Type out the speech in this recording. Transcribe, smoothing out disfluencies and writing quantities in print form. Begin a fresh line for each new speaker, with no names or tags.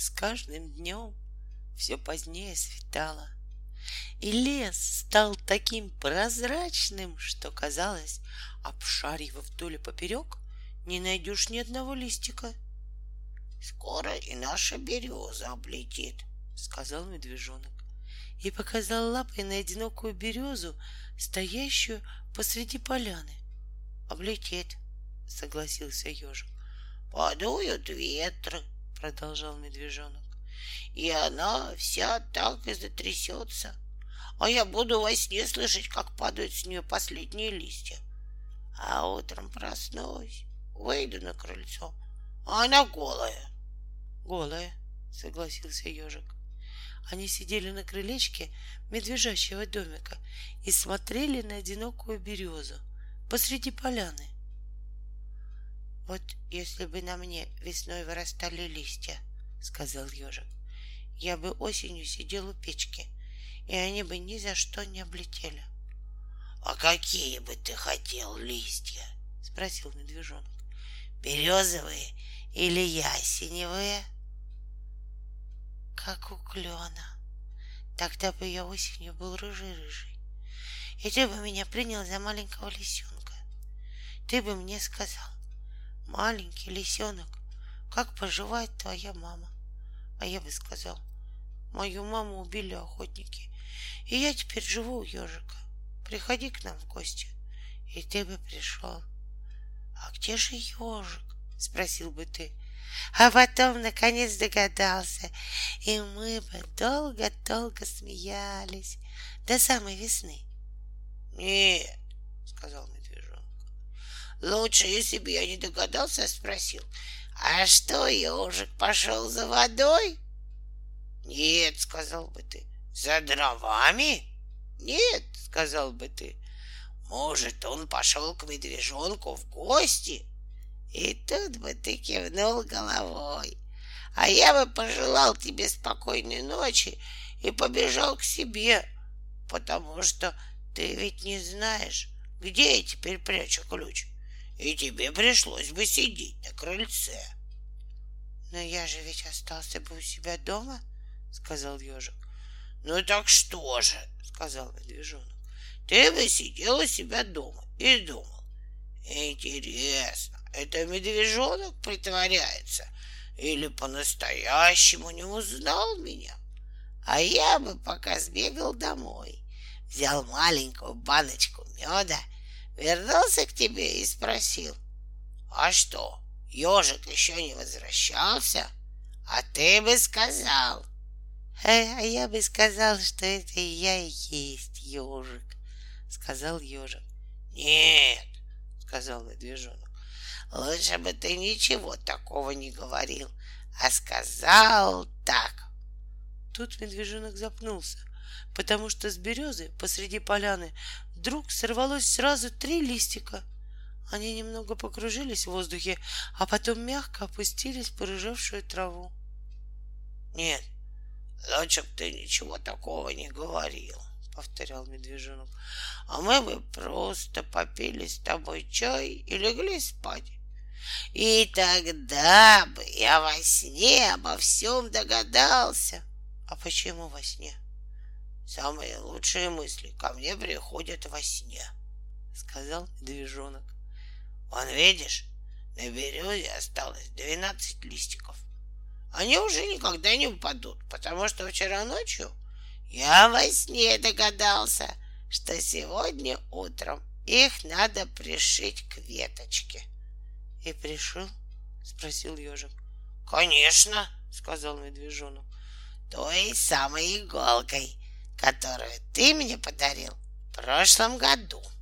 С каждым днем все позднее светало, и лес стал таким прозрачным, что казалось, обшаривая вдоль и поперек, не найдешь ни одного листика.
Скоро и наша береза облетит,
Сказал медвежонок и показал лапой на одинокую березу, стоящую посреди поляны.
облетит.
Согласился ежик.
Подуют ветры,
Продолжал медвежонок.
и она вся так и затрясется. А я буду во сне слышать, как падают с нее последние листья. А утром проснусь, выйду на крыльцо, а она голая.
Голая, согласился ежик. Они сидели на крылечке медвежачьего домика и смотрели на одинокую березу посреди поляны.
Вот если бы на мне весной вырастали листья, сказал ежик, я бы осенью сидел у печки, и они бы ни за что не облетели. А какие бы ты хотел листья? Спросил медвежонок. Березовые или ясеневые? Как у клена. Тогда бы я осенью был рыжий-рыжий, и ты бы меня принял за маленького лисенка. Ты бы мне сказал: маленький лисенок, как поживает твоя мама? А я бы сказал: мою маму убили охотники, и я теперь живу у ежика. Приходи к нам в гости. И ты бы пришел. А где же ежик? Спросил бы ты. А потом наконец догадался, и мы бы долго-долго смеялись до самой весны. Нет, сказал медвежонок. Лучше, если бы я не догадался, спросил: а что, ежик пошел за водой? Нет, сказал бы ты. За дровами? Нет, сказал бы ты. Может, он пошел к медвежонку в гости? И тут бы ты кивнул головой, а я бы пожелал тебе спокойной ночи и побежал к себе, потому что ты ведь не знаешь, где я теперь прячу ключ, и тебе пришлось бы сидеть на крыльце. Но я же ведь остался бы у себя дома, сказал ежик. Ну так что же, сказал медвежонок, ты бы сидел у себя дома и думал: интересно, это медвежонок притворяется или по-настоящему не узнал меня? А я бы пока сбегал домой, взял маленькую баночку меда, вернулся к тебе и спросил: а что, ежик еще не возвращался? А ты бы сказал: а я бы сказал, что это я и есть ежик, сказал ежик. Нет, сказал медвежонок, лучше бы ты ничего такого не говорил, а сказал так.
Тут медвежонок запнулся, потому что с березы посреди поляны вдруг сорвалось сразу 3 листика. Они немного покружились в воздухе, а потом мягко опустились в порыжевшую траву.
Нет, лучше бы ты ничего такого не говорил, повторял медвежонок, а мы бы просто попили с тобой чай и легли спать. И тогда бы я во сне обо всем догадался. А почему во сне? Самые лучшие мысли ко мне приходят во сне, сказал медвежонок. Вон видишь, на березе осталось 12 листиков. Они уже никогда не упадут, потому что вчера ночью я во сне догадался, что сегодня утром их надо пришить к веточке. И пришил? Спросил ежик. Конечно, сказал медвежонок. Той самой иголкой, которую ты мне подарил в прошлом году.